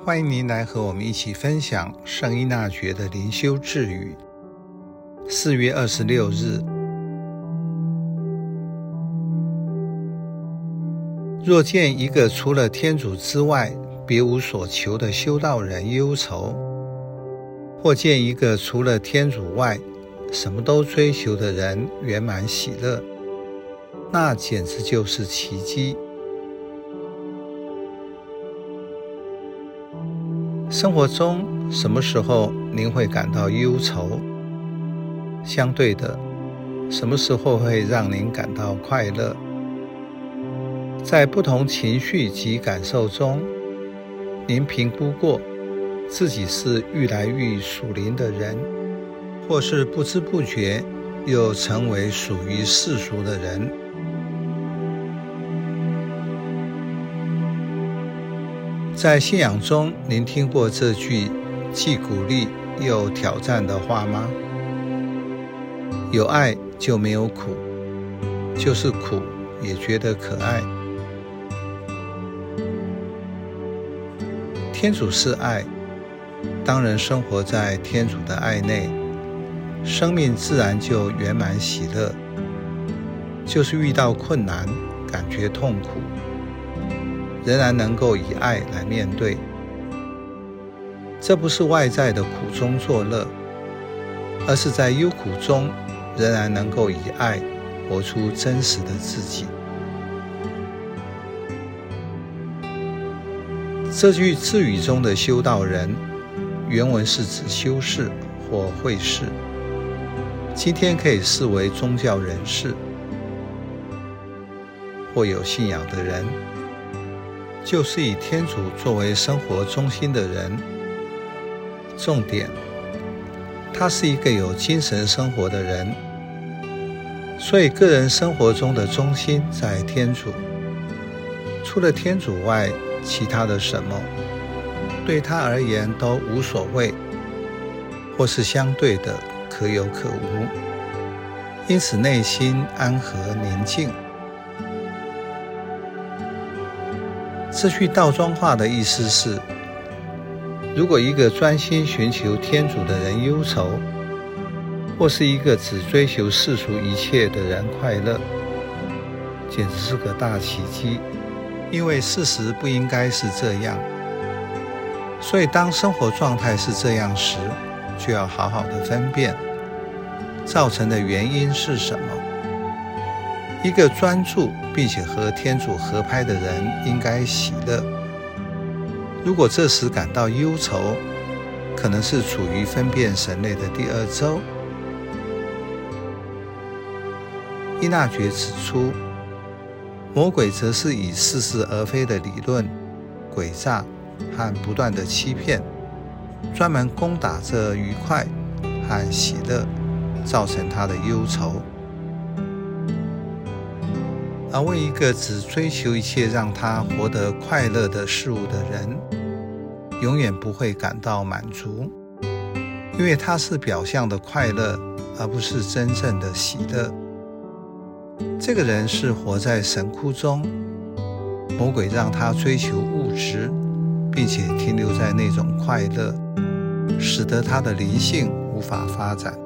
欢迎您来和我们一起分享圣依纳爵的灵修智语。4月26日，若见一个除了天主之外别无所求的修道人忧愁，或见一个除了天主外什么都追求的人圆满喜乐，那简直就是奇迹。生活中什么时候您会感到忧愁？相对的，什么时候会让您感到快乐？在不同情绪及感受中，您评估过自己是愈来愈属灵的人，或是不知不觉又成为属于世俗的人？在信仰中，您听过这句既鼓励又挑战的话吗？有爱就没有苦，就是苦也觉得可爱。天主是爱，当人生活在天主的爱内，生命自然就圆满喜乐。就是遇到困难，感觉痛苦，仍然能够以爱来面对。这不是外在的苦中作乐，而是在忧苦中仍然能够以爱活出真实的自己。这句智语中的修道人，原文是指修士或会士，今天可以视为宗教人士或有信仰的人，就是以天主作为生活中心的人。重点，他是一个有精神生活的人，所以个人生活中的中心在天主，除了天主外，其他的什么对他而言都无所谓，或是相对的可有可无，因此内心安和宁静。这句倒装话的意思是，如果一个专心寻求天主的人忧愁，或是一个只追求世俗一切的人快乐，简直是个大奇迹。因为事实不应该是这样，所以当生活状态是这样时，就要好好的分辨造成的原因是什么。一个专注并且和天主合拍的人应该喜乐，如果这时感到忧愁，可能是处于分辨神类的第二周。依纳爵指出，魔鬼则是以似是而非的理论、诡诈和不断的欺骗，专门攻打这愉快和喜乐，造成他的忧愁。而为一个只追求一切让他活得快乐的事物的人，永远不会感到满足，因为他是表象的快乐，而不是真正的喜乐。这个人是活在神窟中，魔鬼让他追求物质，并且停留在那种快乐，使得他的灵性无法发展。